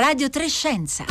Radio 3 Scienza.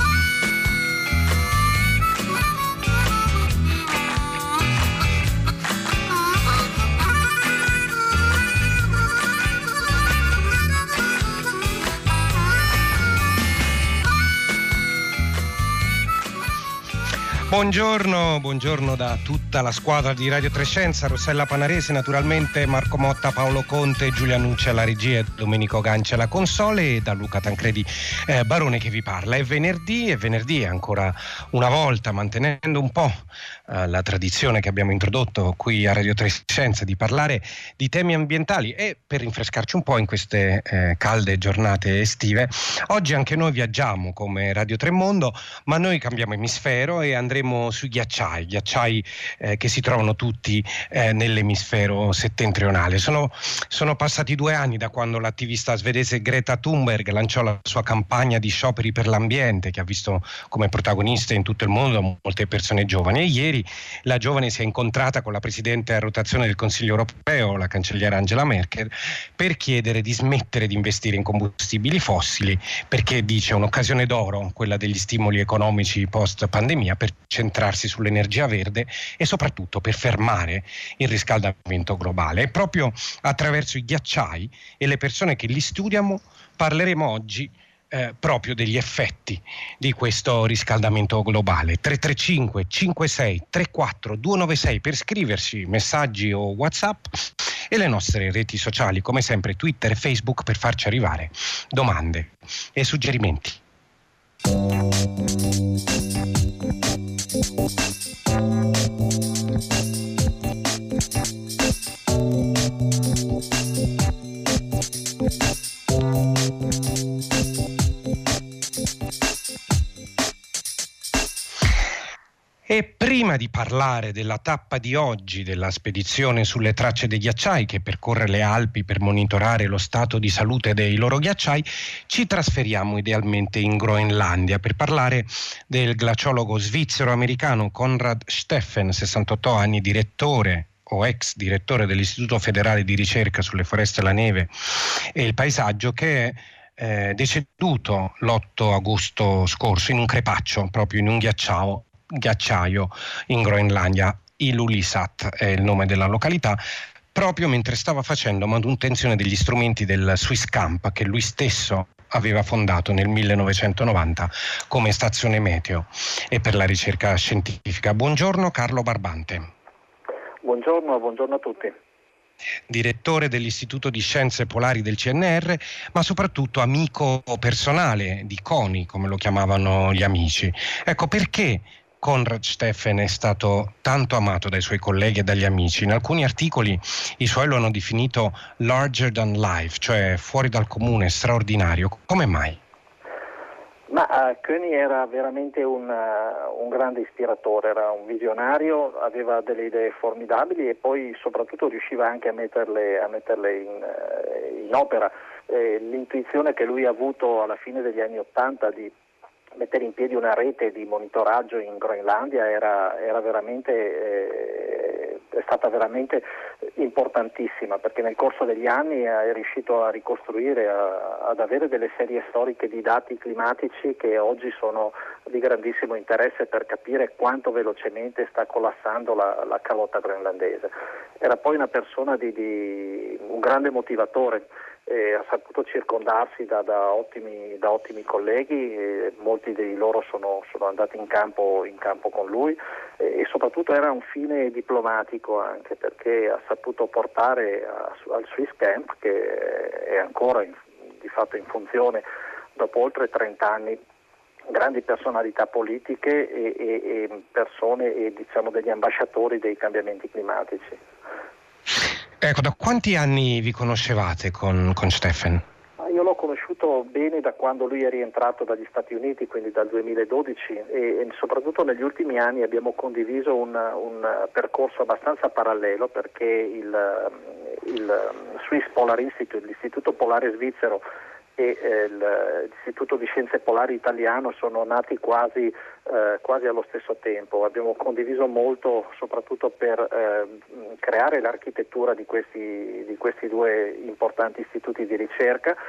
Buongiorno da tutta la squadra di Radio 3 Scienza, Rossella Panarese naturalmente, Marco Motta, Paolo Conte, Giulia Nucci alla regia e Domenico Gancia alla console, e da Luca Tancredi Barone che vi parla. È venerdì ancora una volta, mantenendo un po' la tradizione che abbiamo introdotto qui a Radio 3 Scienza di parlare di temi ambientali, e per rinfrescarci un po' in queste calde giornate estive, oggi anche noi viaggiamo come Radio 3 Mondo, ma noi cambiamo emisfero e andremo sui ghiacciai che si trovano tutti nell'emisfero settentrionale. Sono passati 2 anni da quando l'attivista svedese Greta Thunberg lanciò la sua campagna di scioperi per l'ambiente, che ha visto come protagoniste in tutto il mondo molte persone giovani, e ieri la giovane si è incontrata con la presidente a rotazione del Consiglio europeo, la cancelliera Angela Merkel, per chiedere di smettere di investire in combustibili fossili, perché dice un'occasione d'oro quella degli stimoli economici post pandemia per centrarsi sull'energia verde e soprattutto per fermare il riscaldamento globale. E proprio attraverso i ghiacciai e le persone che li studiano parleremo oggi proprio degli effetti di questo riscaldamento globale. 335 56 34 296 per scriverci messaggi o WhatsApp, e le nostre reti sociali come sempre Twitter e Facebook per farci arrivare domande e suggerimenti. E prima di parlare della tappa di oggi della spedizione sulle tracce dei ghiacciai, che percorre le Alpi per monitorare lo stato di salute dei loro ghiacciai, ci trasferiamo idealmente in Groenlandia per parlare del glaciologo svizzero-americano Konrad Steffen, 68 anni, direttore o ex direttore dell'Istituto Federale di Ricerca sulle Foreste, la Neve e il Paesaggio, che è deceduto l'8 agosto scorso in un crepaccio, proprio in un ghiacciaio in Groenlandia. Ilulissat è il nome della località, proprio mentre stava facendo manutenzione degli strumenti del Swisscamp, che lui stesso aveva fondato nel 1990 come stazione meteo e per la ricerca scientifica. Buongiorno Carlo Barbante. Buongiorno a tutti. Direttore dell'Istituto di Scienze Polari del CNR, ma soprattutto amico personale di CONI, come lo chiamavano gli amici. Ecco, perché Konrad Steffen è stato tanto amato dai suoi colleghi e dagli amici? In alcuni articoli i suoi lo hanno definito larger than life, cioè fuori dal comune, straordinario. Come mai? König era veramente un grande ispiratore, era un visionario, aveva delle idee formidabili e poi soprattutto riusciva anche a metterle in opera. L'intuizione che lui ha avuto alla fine degli anni '80 di mettere in piedi una rete di monitoraggio in Groenlandia è stata veramente importantissima, perché nel corso degli anni è riuscito a ricostruire, ad avere delle serie storiche di dati climatici che oggi sono di grandissimo interesse per capire quanto velocemente sta collassando la calotta groenlandese. Era poi una persona di un grande motivatore. Ha saputo circondarsi da ottimi colleghi, molti di loro sono andati in campo con lui, e soprattutto era un fine diplomatico, anche perché ha saputo portare al Swisscamp, che è ancora di fatto in funzione dopo oltre 30 anni, grandi personalità politiche e persone e diciamo degli ambasciatori dei cambiamenti climatici. Ecco, da quanti anni vi conoscevate con Steffen? Io l'ho conosciuto bene da quando lui è rientrato dagli Stati Uniti, quindi dal 2012, e soprattutto negli ultimi anni abbiamo condiviso un percorso abbastanza parallelo, perché il Swiss Polar Institute, l'Istituto Polare Svizzero, e l'Istituto di Scienze Polari Italiano sono nati quasi allo stesso tempo. Abbiamo condiviso molto, soprattutto per creare l'architettura di questi due importanti istituti di ricerca,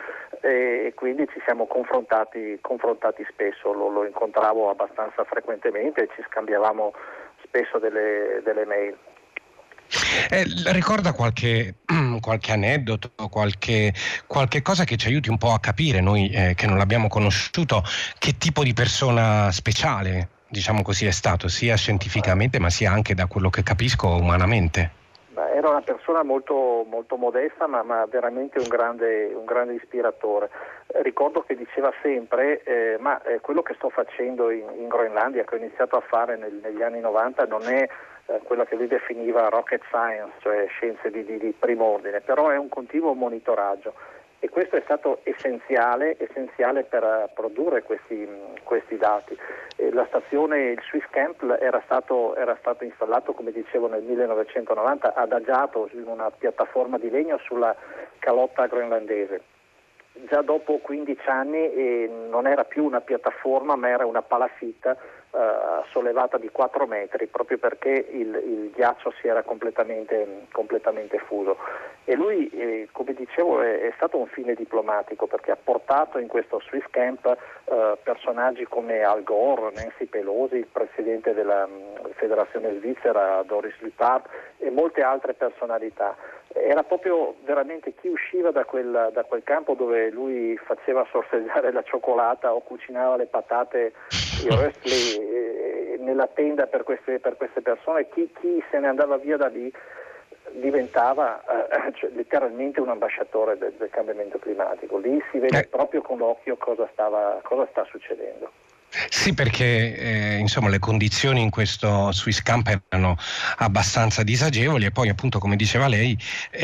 e quindi ci siamo confrontati spesso, lo incontravo abbastanza frequentemente e ci scambiavamo spesso delle mail. Ricorda qualche aneddoto, qualche cosa che ci aiuti un po' a capire, noi che non l'abbiamo conosciuto, che tipo di persona speciale, diciamo così, è stato, sia scientificamente ma sia anche, da quello che capisco, umanamente? Era una persona molto, molto modesta, ma veramente un grande ispiratore. Ricordo che diceva sempre quello che sto facendo in Groenlandia, che ho iniziato a fare negli anni 90, non è quella che lui definiva rocket science, cioè scienze di primo ordine, però è un continuo monitoraggio, e questo è stato essenziale per produrre questi dati. La stazione, il Swiss Camp, era stato installato, come dicevo, nel 1990, adagiato in una piattaforma di legno sulla calotta groenlandese. Già dopo 15 anni non era più una piattaforma, ma era una palafitta sollevata di 4 metri, proprio perché il ghiaccio si era completamente fuso. E lui, come dicevo, è stato un fine diplomatico, perché ha portato in questo Swiss Camp personaggi come Al Gore, Nancy Pelosi, il presidente della Federazione Svizzera Doris Lutard e molte altre personalità. Era proprio veramente chi usciva da quel campo dove lui faceva sorseggiare la cioccolata o cucinava le patate, i röstli nella tenda per queste persone, chi se ne andava via da lì diventava letteralmente un ambasciatore del cambiamento climatico. Lì si vede proprio con l'occhio cosa sta succedendo. Sì, perché insomma le condizioni in questo Swiss Camp erano abbastanza disagevoli, e poi, appunto, come diceva lei,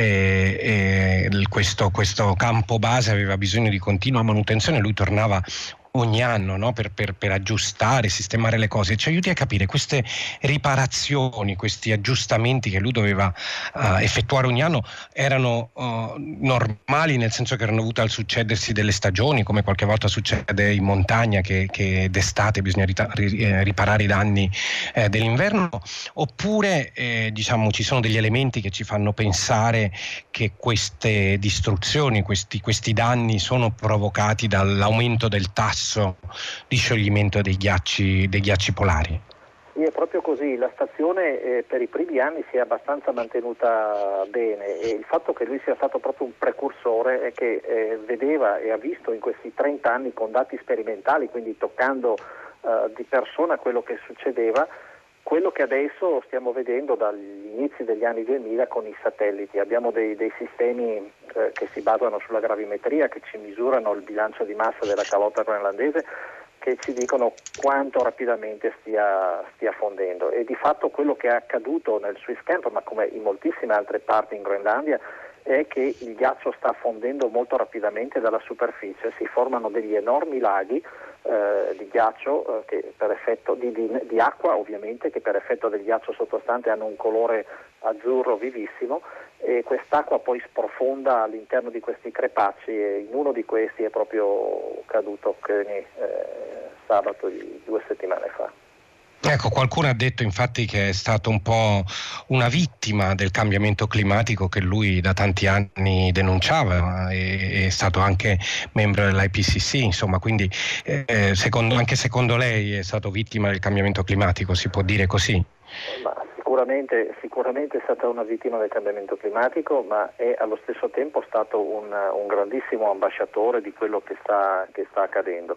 questo campo base aveva bisogno di continua manutenzione. Lui tornava ogni anno, no? per aggiustare, sistemare le cose. Ci aiuti a capire queste riparazioni, questi aggiustamenti che lui doveva effettuare ogni anno, erano normali, nel senso che erano dovute al succedersi delle stagioni, come qualche volta succede in montagna, che d'estate bisogna riparare i danni dell'inverno, oppure ci sono degli elementi che ci fanno pensare che queste distruzioni, questi danni sono provocati dall'aumento del tasso di scioglimento dei ghiacci polari? Sì, è proprio così. La stazione per i primi anni si è abbastanza mantenuta bene, e il fatto che lui sia stato proprio un precursore è che vedeva e ha visto in questi 30 anni, con dati sperimentali, quindi toccando di persona quello che succedeva, quello che adesso stiamo vedendo dagli inizi degli anni 2000 con i satelliti. Abbiamo dei sistemi che si basano sulla gravimetria, che ci misurano il bilancio di massa della calotta groenlandese, che ci dicono quanto rapidamente stia fondendo. E di fatto quello che è accaduto nel Swiss Camp, ma come in moltissime altre parti in Groenlandia, è che il ghiaccio sta fondendo molto rapidamente dalla superficie. Si formano degli enormi laghi di ghiaccio che per effetto di acqua, ovviamente, che per effetto del ghiaccio sottostante hanno un colore azzurro vivissimo, e quest'acqua poi sprofonda all'interno di questi crepacci, e in uno di questi è proprio caduto Köni sabato di 2 settimane fa. Ecco, qualcuno ha detto infatti che è stato un po' una vittima del cambiamento climatico che lui da tanti anni denunciava, e è stato anche membro dell'IPCC, insomma, quindi anche secondo lei è stato vittima del cambiamento climatico, si può dire così? Ma sicuramente è stata una vittima del cambiamento climatico, ma è allo stesso tempo stato un grandissimo ambasciatore di quello che sta accadendo.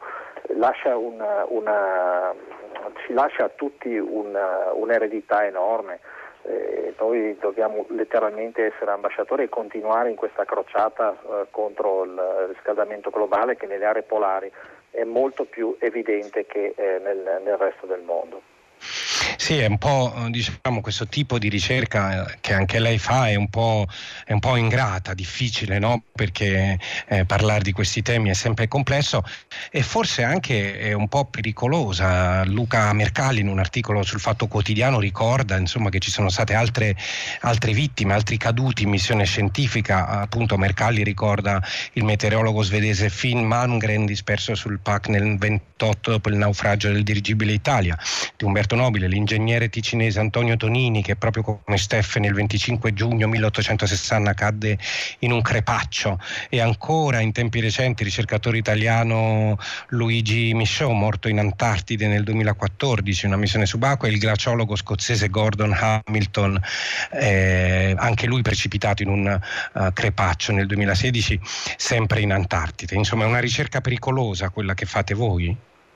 Ci lascia a tutti un'eredità enorme. Noi dobbiamo letteralmente essere ambasciatori e continuare in questa crociata contro il riscaldamento globale, che nelle aree polari è molto più evidente che nel resto del mondo. Sì, è un po', questo tipo di ricerca che anche lei fa è un po' ingrata, difficile, no? Perché parlare di questi temi è sempre complesso, e forse anche è un po' pericolosa. Luca Mercalli, in un articolo sul Fatto Quotidiano, ricorda che ci sono state altre vittime, altri caduti in missione scientifica. Appunto, Mercalli ricorda il meteorologo svedese Finn Malmgren, disperso sul PAC nel 28 dopo il naufragio del dirigibile Italia, di Umberto Nobile, l'ingegnere ticinese Antonio Tonini, che proprio come Steffani il 25 giugno 1860 cadde in un crepaccio, e ancora in tempi recenti il ricercatore italiano Luigi Michaud, morto in Antartide nel 2014, una missione subacquea, e il glaciologo scozzese Gordon Hamilton, anche lui precipitato in un crepaccio nel 2016, sempre in Antartide. Insomma, è una ricerca pericolosa quella che fate voi?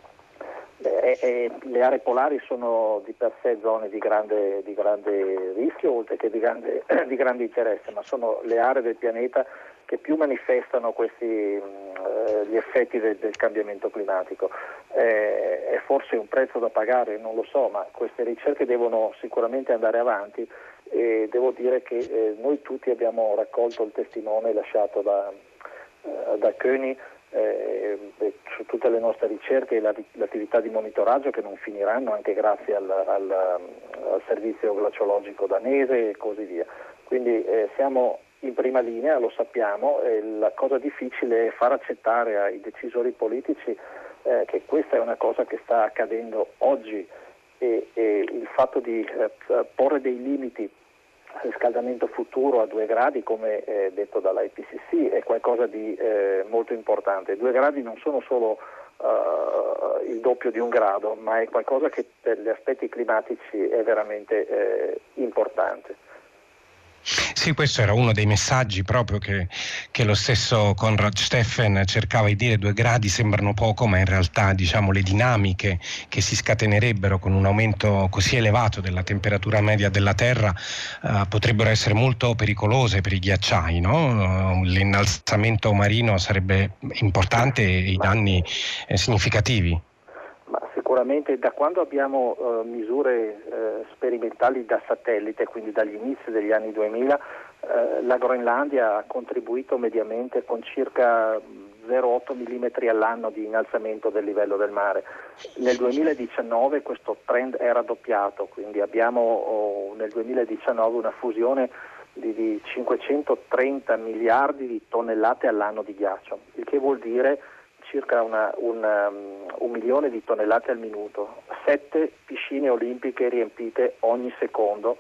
Le aree polari sono di per sé zone di grande rischio, oltre che di grande interesse, ma sono le aree del pianeta che più manifestano gli effetti del cambiamento climatico. È forse un prezzo da pagare, non lo so, ma queste ricerche devono sicuramente andare avanti, e devo dire che noi tutti abbiamo raccolto il testimone lasciato da König su tutte le nostre ricerche e l'attività di monitoraggio, che non finiranno, anche grazie al servizio glaciologico danese e così via. Quindi siamo in prima linea, lo sappiamo, e la cosa difficile è far accettare ai decisori politici che questa è una cosa che sta accadendo oggi, e il fatto di porre dei limiti al riscaldamento futuro a 2 gradi, come detto dall'IPCC, è qualcosa di molto importante. 2 gradi non sono solo il doppio di 1 grado, ma è qualcosa che per gli aspetti climatici è veramente importante. Sì, questo era uno dei messaggi proprio che lo stesso Konrad Steffen cercava di dire. 2 gradi sembrano poco, ma in realtà, diciamo, le dinamiche che si scatenerebbero con un aumento così elevato della temperatura media della Terra potrebbero essere molto pericolose per i ghiacciai, no? L'innalzamento marino sarebbe importante e i danni significativi. Sicuramente da quando abbiamo misure sperimentali da satellite, quindi dagli inizi degli anni 2000, la Groenlandia ha contribuito mediamente con circa 0,8 mm all'anno di innalzamento del livello del mare. Nel 2019 questo trend è raddoppiato, quindi abbiamo nel 2019 una fusione di 530 miliardi di tonnellate all'anno di ghiaccio, il che vuol dire circa un milione di tonnellate al minuto, 7 piscine olimpiche riempite ogni secondo,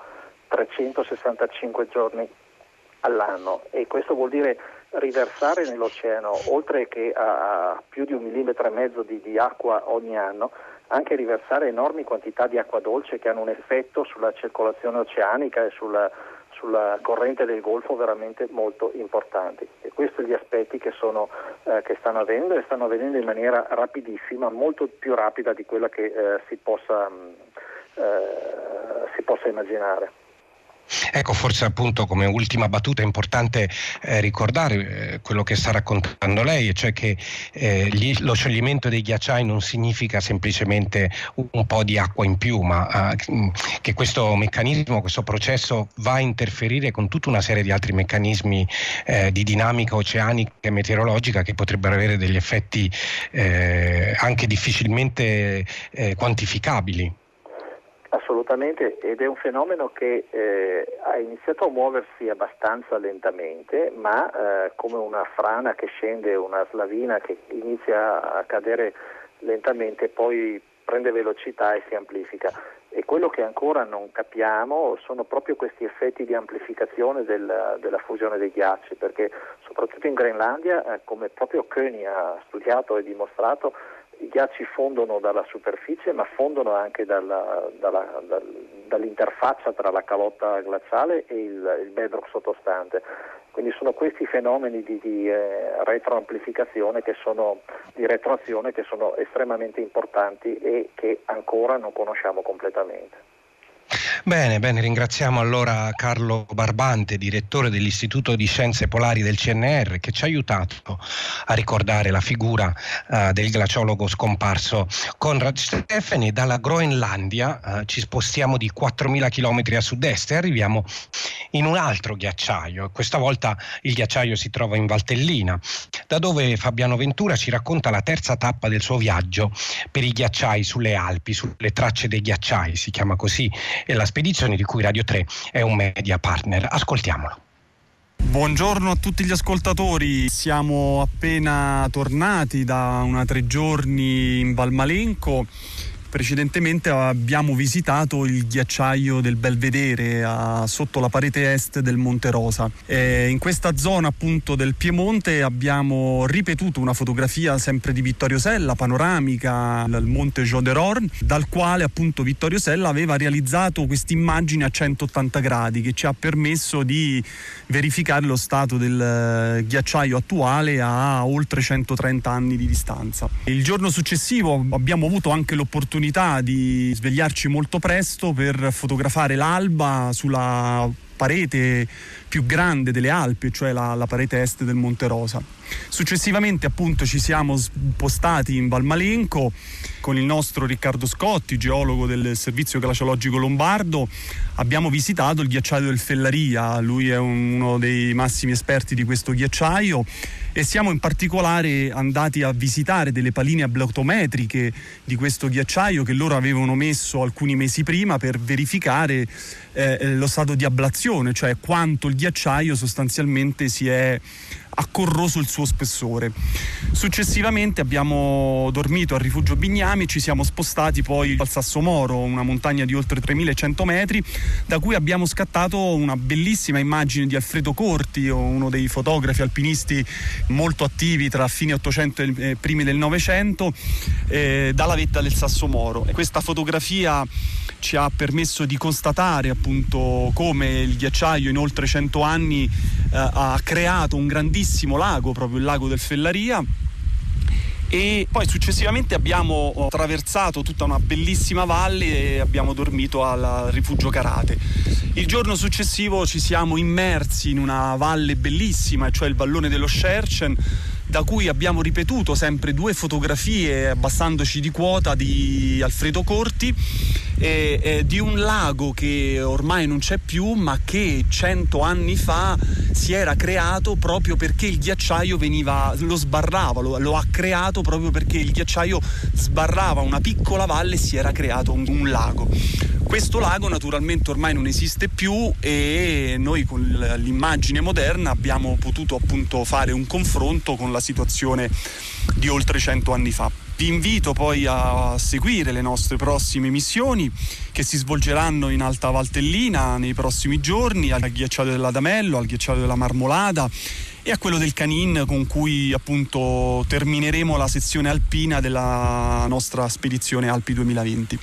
365 giorni all'anno, e questo vuol dire riversare nell'oceano, oltre che a più di 1,5 millimetri di acqua ogni anno, anche riversare enormi quantità di acqua dolce che hanno un effetto sulla circolazione oceanica e sulla corrente del Golfo veramente molto importanti. E questi sono gli aspetti che stanno avvenendo, e stanno avvenendo in maniera rapidissima, molto più rapida di quella che si possa immaginare. Ecco, forse appunto come ultima battuta è importante ricordare quello che sta raccontando lei, e cioè che lo scioglimento dei ghiacciai non significa semplicemente un po' di acqua in più, ma che questo meccanismo, questo processo va a interferire con tutta una serie di altri meccanismi di dinamica oceanica e meteorologica che potrebbero avere degli effetti anche difficilmente quantificabili. Assolutamente, ed è un fenomeno che ha iniziato a muoversi abbastanza lentamente, ma come una frana che scende, una slavina che inizia a cadere lentamente, poi prende velocità e si amplifica. E quello che ancora non capiamo sono proprio questi effetti di amplificazione della fusione dei ghiacci, perché soprattutto in Groenlandia, come proprio König ha studiato e dimostrato, i ghiacci fondono dalla superficie, ma fondono anche dall'interfaccia tra la calotta glaciale e il bedrock sottostante. Quindi sono questi fenomeni di retroamplificazione, di retroazione, che sono estremamente importanti e che ancora non conosciamo completamente. Bene, ringraziamo allora Carlo Barbante, direttore dell'Istituto di Scienze Polari del CNR, che ci ha aiutato a ricordare la figura del glaciologo scomparso Konrad Steffen. Dalla Groenlandia ci spostiamo di 4.000 chilometri a sud-est e arriviamo in un altro ghiacciaio. Questa volta il ghiacciaio si trova in Valtellina, da dove Fabiano Ventura ci racconta la terza tappa del suo viaggio per i ghiacciai sulle Alpi, sulle tracce dei ghiacciai, si chiama così, e la spedizione di cui Radio 3 è un media partner. Ascoltiamolo. Buongiorno a tutti gli ascoltatori, siamo appena tornati da 3 giorni in Valmalenco Precedentemente abbiamo visitato il ghiacciaio del Belvedere sotto la parete est del Monte Rosa. In questa zona appunto del Piemonte abbiamo ripetuto una fotografia sempre di Vittorio Sella, panoramica dal Monte Joderon, dal quale appunto Vittorio Sella aveva realizzato questa immagine a 180 gradi che ci ha permesso di verificare lo stato del ghiacciaio attuale a oltre 130 anni di distanza. Il giorno successivo abbiamo avuto anche l'opportunità di svegliarci molto presto per fotografare l'alba sulla parete più grande delle Alpi, cioè la parete est del Monte Rosa. Successivamente appunto ci siamo spostati in Valmalenco con il nostro Riccardo Scotti, geologo del Servizio Glaciologico Lombardo. Abbiamo visitato il ghiacciaio del Fellaria, lui è uno dei massimi esperti di questo ghiacciaio, e siamo in particolare andati a visitare delle paline ablautometriche di questo ghiacciaio che loro avevano messo alcuni mesi prima per verificare lo stato di ablazione, cioè quanto il ghiacciaio sostanzialmente si è accorroso il suo spessore. Successivamente abbiamo dormito al rifugio Bignami e ci siamo spostati poi al Sasso Moro, una montagna di oltre 3100 metri, da cui abbiamo scattato una bellissima immagine di Alfredo Corti, uno dei fotografi alpinisti molto attivi tra fine 800 e primi del 900, dalla vetta del Sasso Moro. Questa fotografia ci ha permesso di constatare appunto come il ghiacciaio in oltre 100 anni ha creato un grandissimo lago, proprio il lago del Fellaria, e poi successivamente abbiamo attraversato tutta una bellissima valle e abbiamo dormito al rifugio Carate. Il giorno successivo ci siamo immersi in una valle bellissima, cioè il vallone dello Scherchen, da cui abbiamo ripetuto sempre 2 fotografie abbassandoci di quota di Alfredo Corti e di un lago che ormai non c'è più, ma che 100 anni fa si era creato proprio perché il ghiacciaio lo sbarrava, lo ha creato proprio perché il ghiacciaio sbarrava una piccola valle e si era creato un lago. Questo lago naturalmente ormai non esiste più e noi con l'immagine moderna abbiamo potuto appunto fare un confronto con la situazione di oltre 100 anni fa. Vi invito poi a seguire le nostre prossime missioni che si svolgeranno in Alta Valtellina nei prossimi giorni, al ghiacciaio dell'Adamello, al ghiacciaio della Marmolada e a quello del Canin, con cui appunto termineremo la sezione alpina della nostra spedizione Alpi 2020.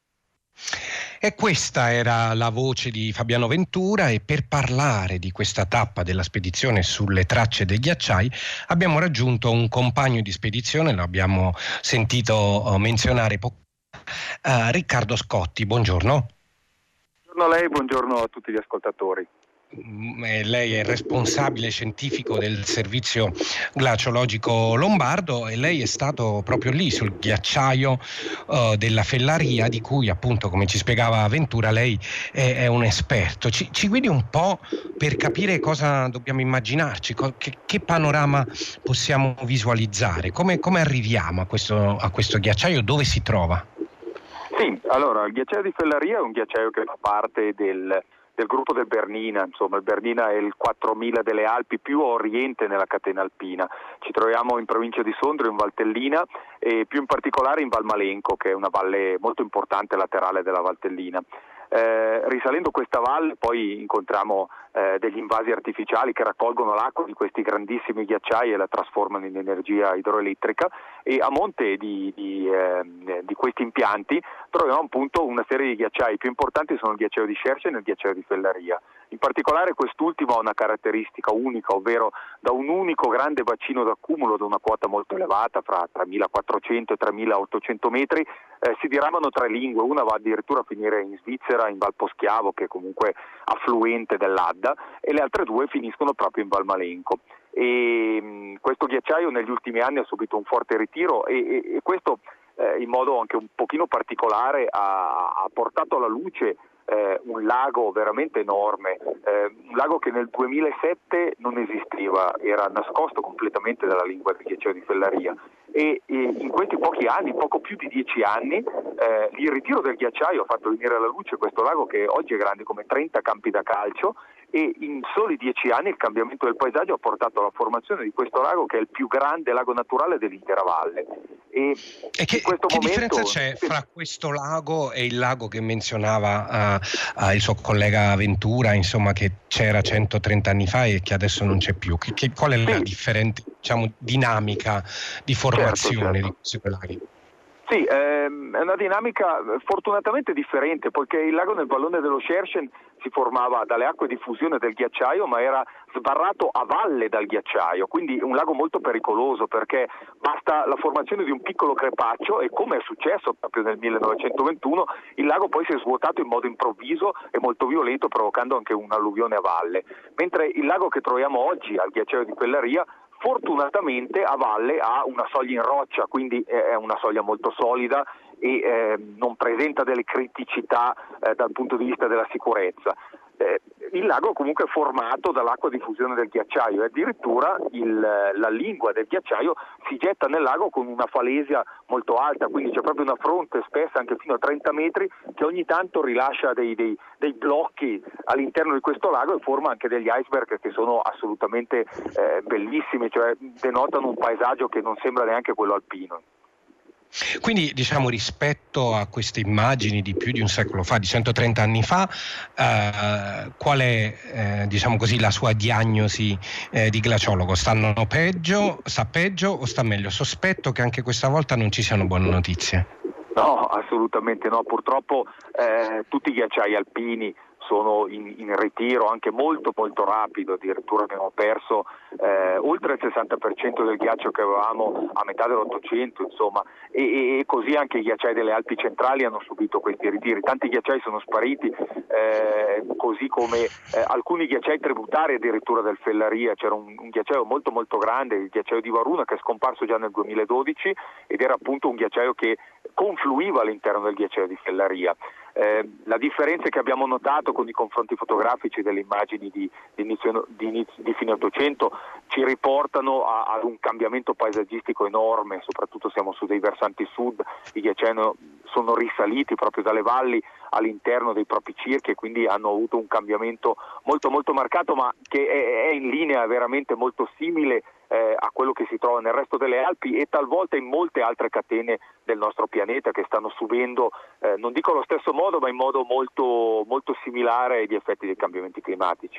E questa era la voce di Fabiano Ventura, e per parlare di questa tappa della spedizione sulle tracce dei ghiacciai abbiamo raggiunto un compagno di spedizione, l'abbiamo sentito menzionare poco, Riccardo Scotti. Buongiorno. Buongiorno a lei, buongiorno a tutti gli ascoltatori. Lei è il responsabile scientifico del Servizio Glaciologico Lombardo e lei è stato proprio lì sul ghiacciaio della Fellaria, di cui appunto, come ci spiegava Ventura, lei è un esperto. Ci guidi un po' per capire cosa dobbiamo immaginarci, che panorama possiamo visualizzare, come arriviamo a questo ghiacciaio, dove si trova? Sì, allora il ghiacciaio di Fellaria è un ghiacciaio che fa parte del gruppo del Bernina. Insomma, il Bernina è il 4000 delle Alpi più a oriente nella catena alpina. Ci troviamo in provincia di Sondrio, in Valtellina, e più in particolare in Valmalenco, che è una valle molto importante laterale della Valtellina. Risalendo questa valle poi incontriamo degli invasi artificiali che raccolgono l'acqua di questi grandissimi ghiacciai e la trasformano in energia idroelettrica, e a monte di questi impianti troviamo appunto una serie di ghiacciai. I più importanti sono il ghiacciaio di Scherchen e il ghiacciaio di Fellaria. In particolare quest'ultimo ha una caratteristica unica, ovvero da un unico grande bacino d'accumulo da una quota molto elevata, fra 3.400 e 3.800 metri, si diramano 3 lingue. Una va addirittura a finire in Svizzera, in Val Poschiavo, che è comunque affluente dell'Adda, e le altre 2 finiscono proprio in Valmalenco. E questo ghiacciaio negli ultimi anni ha subito un forte ritiro e questo in modo anche un pochino particolare ha portato alla luce un lago veramente enorme, un lago che nel 2007 non esisteva, era nascosto completamente dalla lingua del ghiacciaio di Fellaria, e in questi pochi anni, poco più di 10 anni, il ritiro del ghiacciaio ha fatto venire alla luce questo lago che oggi è grande come 30 campi da calcio, e in soli 10 anni il cambiamento del paesaggio ha portato alla formazione di questo lago, che è il più grande lago naturale dell'intera valle. E che differenza c'è fra questo lago e il lago che menzionava il suo collega Ventura, insomma, che c'era 130 anni fa e che adesso non c'è più? Qual è la differente, diciamo, dinamica di formazione di questi due laghi? Sì, è una dinamica fortunatamente differente, poiché il lago nel vallone dello Scherchen si formava dalle acque di fusione del ghiacciaio, ma era sbarrato a valle dal ghiacciaio, quindi un lago molto pericoloso, perché basta la formazione di un piccolo crepaccio e, come è successo proprio nel 1921, il lago poi si è svuotato in modo improvviso e molto violento, provocando anche un'alluvione a valle, mentre il lago che troviamo oggi al ghiacciaio di Pellaria fortunatamente a valle ha una soglia in roccia, quindi è una soglia molto solida e non presenta delle criticità dal punto di vista della sicurezza. Il lago comunque è formato dall'acqua di fusione del ghiacciaio e addirittura la lingua del ghiacciaio si getta nel lago con una falesia molto alta, quindi c'è proprio una fronte spessa anche fino a 30 metri che ogni tanto rilascia dei blocchi all'interno di questo lago e forma anche degli iceberg che sono assolutamente bellissimi, cioè denotano un paesaggio che non sembra neanche quello alpino. Quindi, diciamo, rispetto a queste immagini di più di un secolo fa, di 130 anni fa, qual è, diciamo così, la sua diagnosi di glaciologo? Sta peggio o sta meglio? Sospetto che anche questa volta non ci siano buone notizie. No, assolutamente no. Purtroppo tutti i ghiacciai alpini sono in ritiro anche molto molto rapido, addirittura abbiamo perso oltre il 60% del ghiaccio che avevamo a metà dell'Ottocento, insomma, e così anche i ghiacciai delle Alpi centrali hanno subito questi ritiri, tanti ghiacciai sono spariti, così come alcuni ghiacciai tributari addirittura del Fellaria. C'era un ghiacciaio molto molto grande, il ghiacciaio di Varuna, che è scomparso già nel 2012 ed era appunto un ghiacciaio che confluiva all'interno del ghiacciaio di Fellaria. La differenza che abbiamo notato con i confronti fotografici delle immagini di fine Ottocento ci riportano ad un cambiamento paesaggistico enorme, soprattutto siamo su dei versanti sud, i ghiacciai sono risaliti proprio dalle valli all'interno dei propri circhi e quindi hanno avuto un cambiamento molto molto marcato, ma che è in linea veramente molto simile a quello che si trova nel resto delle Alpi e talvolta in molte altre catene del nostro pianeta che stanno subendo, non dico allo stesso modo, ma in modo molto, molto similare gli effetti dei cambiamenti climatici.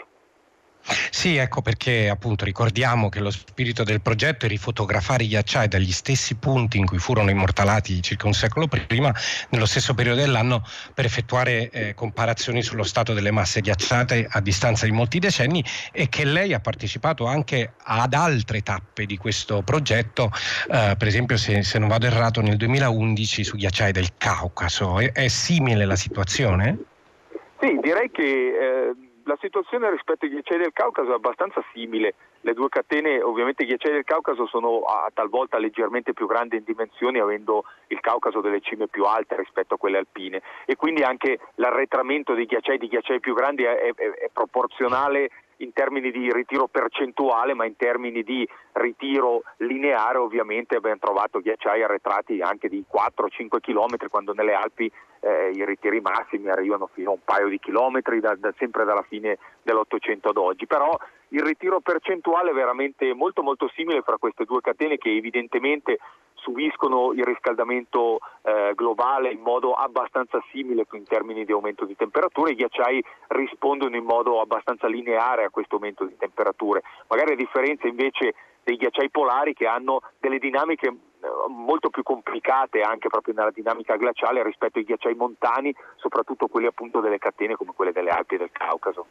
Sì, ecco perché appunto ricordiamo che lo spirito del progetto è rifotografare i ghiacciai dagli stessi punti in cui furono immortalati circa un secolo prima, nello stesso periodo dell'anno, per effettuare comparazioni sullo stato delle masse ghiacciate a distanza di molti decenni, e che lei ha partecipato anche ad altre tappe di questo progetto, per esempio se non vado errato nel 2011 su ghiacciai del Caucaso. È simile la situazione? Sì, direi che la situazione rispetto ai ghiacciai del Caucaso è abbastanza simile. Le due catene, ovviamente i ghiacciai del Caucaso sono talvolta leggermente più grandi in dimensioni, avendo il Caucaso delle cime più alte rispetto a quelle alpine, e quindi anche l'arretramento dei ghiacciai di ghiacciai più grandi è proporzionale in termini di ritiro percentuale, ma in termini di ritiro lineare ovviamente abbiamo trovato ghiacciai arretrati anche di 4-5 chilometri, quando nelle Alpi i ritiri massimi arrivano fino a un paio di chilometri, sempre dalla fine dell'Ottocento ad oggi. Però il ritiro percentuale è veramente molto molto simile fra queste due catene, che evidentemente subiscono il riscaldamento globale in modo abbastanza simile in termini di aumento di temperature. I ghiacciai rispondono in modo abbastanza lineare a questo aumento di temperature, magari a differenza invece dei ghiacciai polari, che hanno delle dinamiche molto più complicate anche proprio nella dinamica glaciale rispetto ai ghiacciai montani, soprattutto quelli appunto delle catene come quelle delle Alpi e del Caucaso.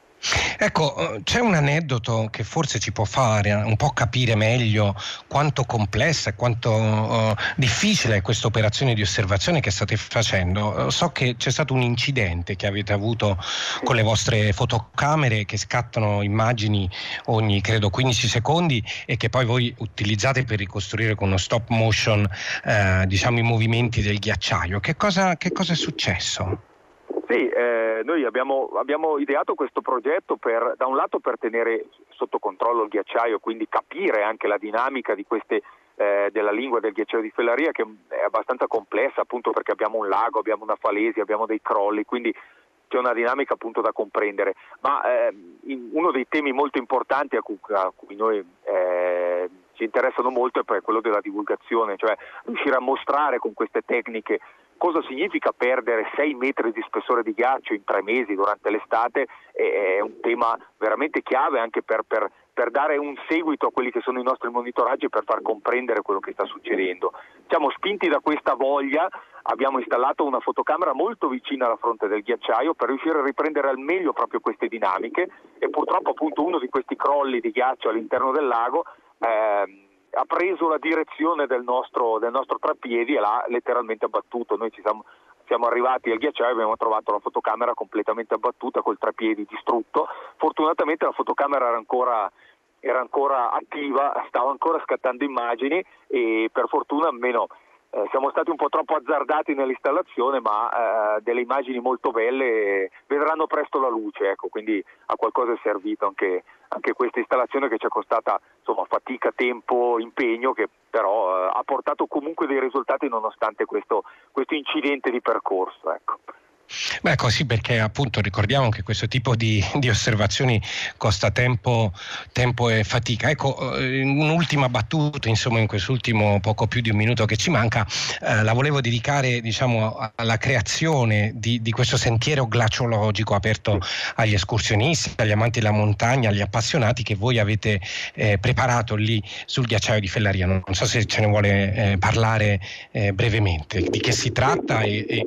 Ecco, c'è un aneddoto che forse ci può fare un po' capire meglio quanto complessa e quanto difficile è questa operazione di osservazione che state facendo. So che c'è stato un incidente che avete avuto con le vostre fotocamere che scattano immagini ogni, credo, 15 secondi e che poi voi utilizzate per ricostruire con uno stop motion diciamo i movimenti del ghiacciaio. Che cosa è successo? Sì, noi abbiamo ideato questo progetto da un lato per tenere sotto controllo il ghiacciaio, quindi capire anche la dinamica di queste della lingua del ghiacciaio di Fellaria, che è abbastanza complessa appunto perché abbiamo un lago, abbiamo una falesia, abbiamo dei crolli, quindi c'è una dinamica appunto da comprendere. Ma uno dei temi molto importanti a cui noi ci interessano molto è poi quello della divulgazione, cioè riuscire a mostrare con queste tecniche cosa significa perdere 6 metri di spessore di ghiaccio in 3 mesi durante l'estate. È un tema veramente chiave anche per dare un seguito a quelli che sono i nostri monitoraggi e per far comprendere quello che sta succedendo. Siamo spinti da questa voglia, abbiamo installato una fotocamera molto vicina alla fronte del ghiacciaio per riuscire a riprendere al meglio proprio queste dinamiche, e purtroppo appunto uno di questi crolli di ghiaccio all'interno del lago ha preso la direzione del nostro treppiedi e l'ha letteralmente abbattuto. Noi siamo arrivati al ghiacciaio e abbiamo trovato la fotocamera completamente abbattuta col treppiedi distrutto. Fortunatamente la fotocamera era ancora attiva, stava ancora scattando immagini, e per fortuna almeno siamo stati un po' troppo azzardati nell'installazione, ma delle immagini molto belle vedranno presto la luce, ecco, quindi a qualcosa è servito anche questa installazione, che ci è costata insomma fatica, tempo, impegno, che però ha portato comunque dei risultati nonostante questo incidente di percorso, ecco. Beh, così, perché appunto ricordiamo che questo tipo di osservazioni costa tempo e fatica. Ecco, un'ultima battuta, insomma, in quest'ultimo poco più di un minuto che ci manca, la volevo dedicare, diciamo, alla creazione di questo sentiero glaciologico aperto agli escursionisti, agli amanti della montagna, agli appassionati, che voi avete preparato lì sul ghiacciaio di Fellaria. Non so se ce ne vuole parlare brevemente, di che si tratta e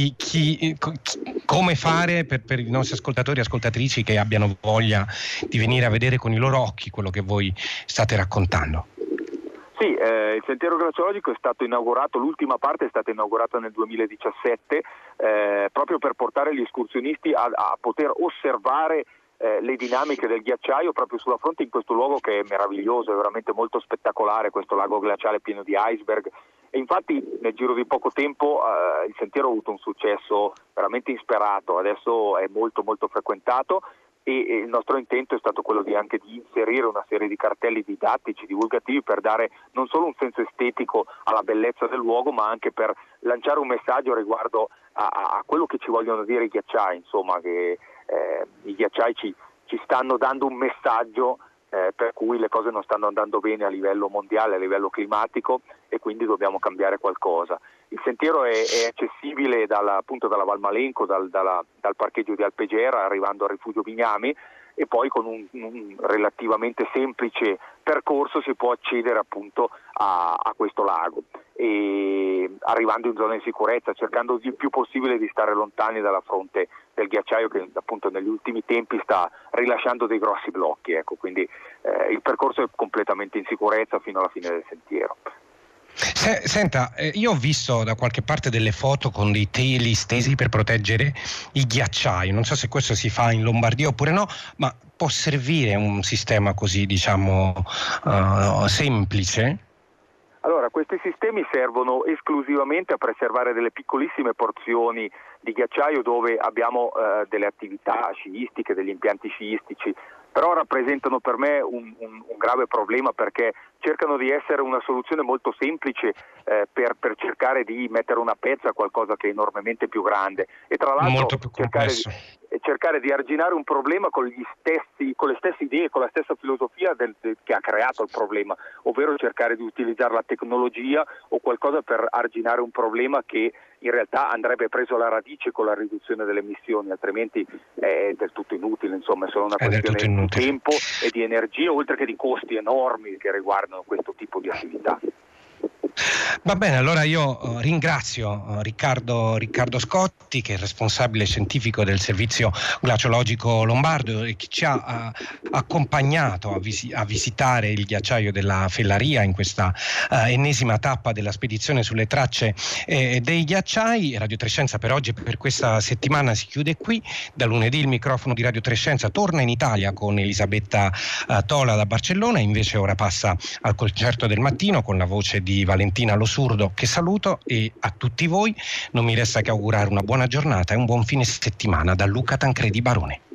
come fare per i nostri ascoltatori e ascoltatrici che abbiano voglia di venire a vedere con i loro occhi quello che voi state raccontando. Sì, il sentiero glaciologico è stato inaugurato, l'ultima parte è stata inaugurata nel 2017, proprio per portare gli escursionisti a poter osservare le dinamiche del ghiacciaio proprio sulla fronte, in questo luogo che è meraviglioso, è veramente molto spettacolare, questo lago glaciale pieno di iceberg. E infatti nel giro di poco tempo il sentiero ha avuto un successo veramente insperato, adesso è molto molto frequentato, e il nostro intento è stato quello di inserire una serie di cartelli didattici, divulgativi, per dare non solo un senso estetico alla bellezza del luogo, ma anche per lanciare un messaggio riguardo a quello che ci vogliono dire i ghiacciai, insomma, che i ghiacciai ci stanno dando un messaggio per cui le cose non stanno andando bene a livello mondiale, a livello climatico, e quindi dobbiamo cambiare qualcosa. Il sentiero è accessibile appunto dalla Val Malenco, dal parcheggio di Alpegera, arrivando al rifugio Bignami, e poi con un relativamente semplice percorso si può accedere appunto a questo lago, e arrivando in zona di sicurezza, cercando il più possibile di stare lontani dalla fronte del ghiacciaio, che appunto negli ultimi tempi sta rilasciando dei grossi blocchi, ecco, quindi il percorso è completamente in sicurezza fino alla fine del sentiero. Senta, io ho visto da qualche parte delle foto con dei teli stesi per proteggere i ghiacciai. Non so se questo si fa in Lombardia oppure no, ma può servire un sistema così, diciamo, semplice? Allora, questi sistemi servono esclusivamente a preservare delle piccolissime porzioni di ghiacciaio dove abbiamo delle attività sciistiche, degli impianti sciistici, però rappresentano per me un grave problema, perché cercano di essere una soluzione molto semplice per cercare di mettere una pezza a qualcosa che è enormemente più grande, e tra l'altro molto più complesso. cercare di arginare un problema con le stesse idee, con la stessa filosofia che ha creato il problema, ovvero cercare di utilizzare la tecnologia o qualcosa per arginare un problema che in realtà andrebbe preso alla radice con la riduzione delle emissioni, altrimenti è del tutto inutile, insomma è solo una questione di tempo e di energia, oltre che di costi enormi che riguardano questo tipo di attività. Va bene, allora io ringrazio Riccardo Scotti, che è responsabile scientifico del servizio glaciologico lombardo e che ci ha accompagnato a visitare il ghiacciaio della Fellaria in questa ennesima tappa della spedizione sulle tracce dei ghiacciai. Radio Trescenza per oggi e per questa settimana si chiude qui. Da lunedì il microfono di Radio Trescenza torna in Italia con Elisabetta Tola da Barcellona, invece ora passa al concerto del mattino con la voce di Valentina Lo Surdo, che saluto, e a tutti voi non mi resta che augurare una buona giornata e un buon fine settimana da Luca Tancredi Barone.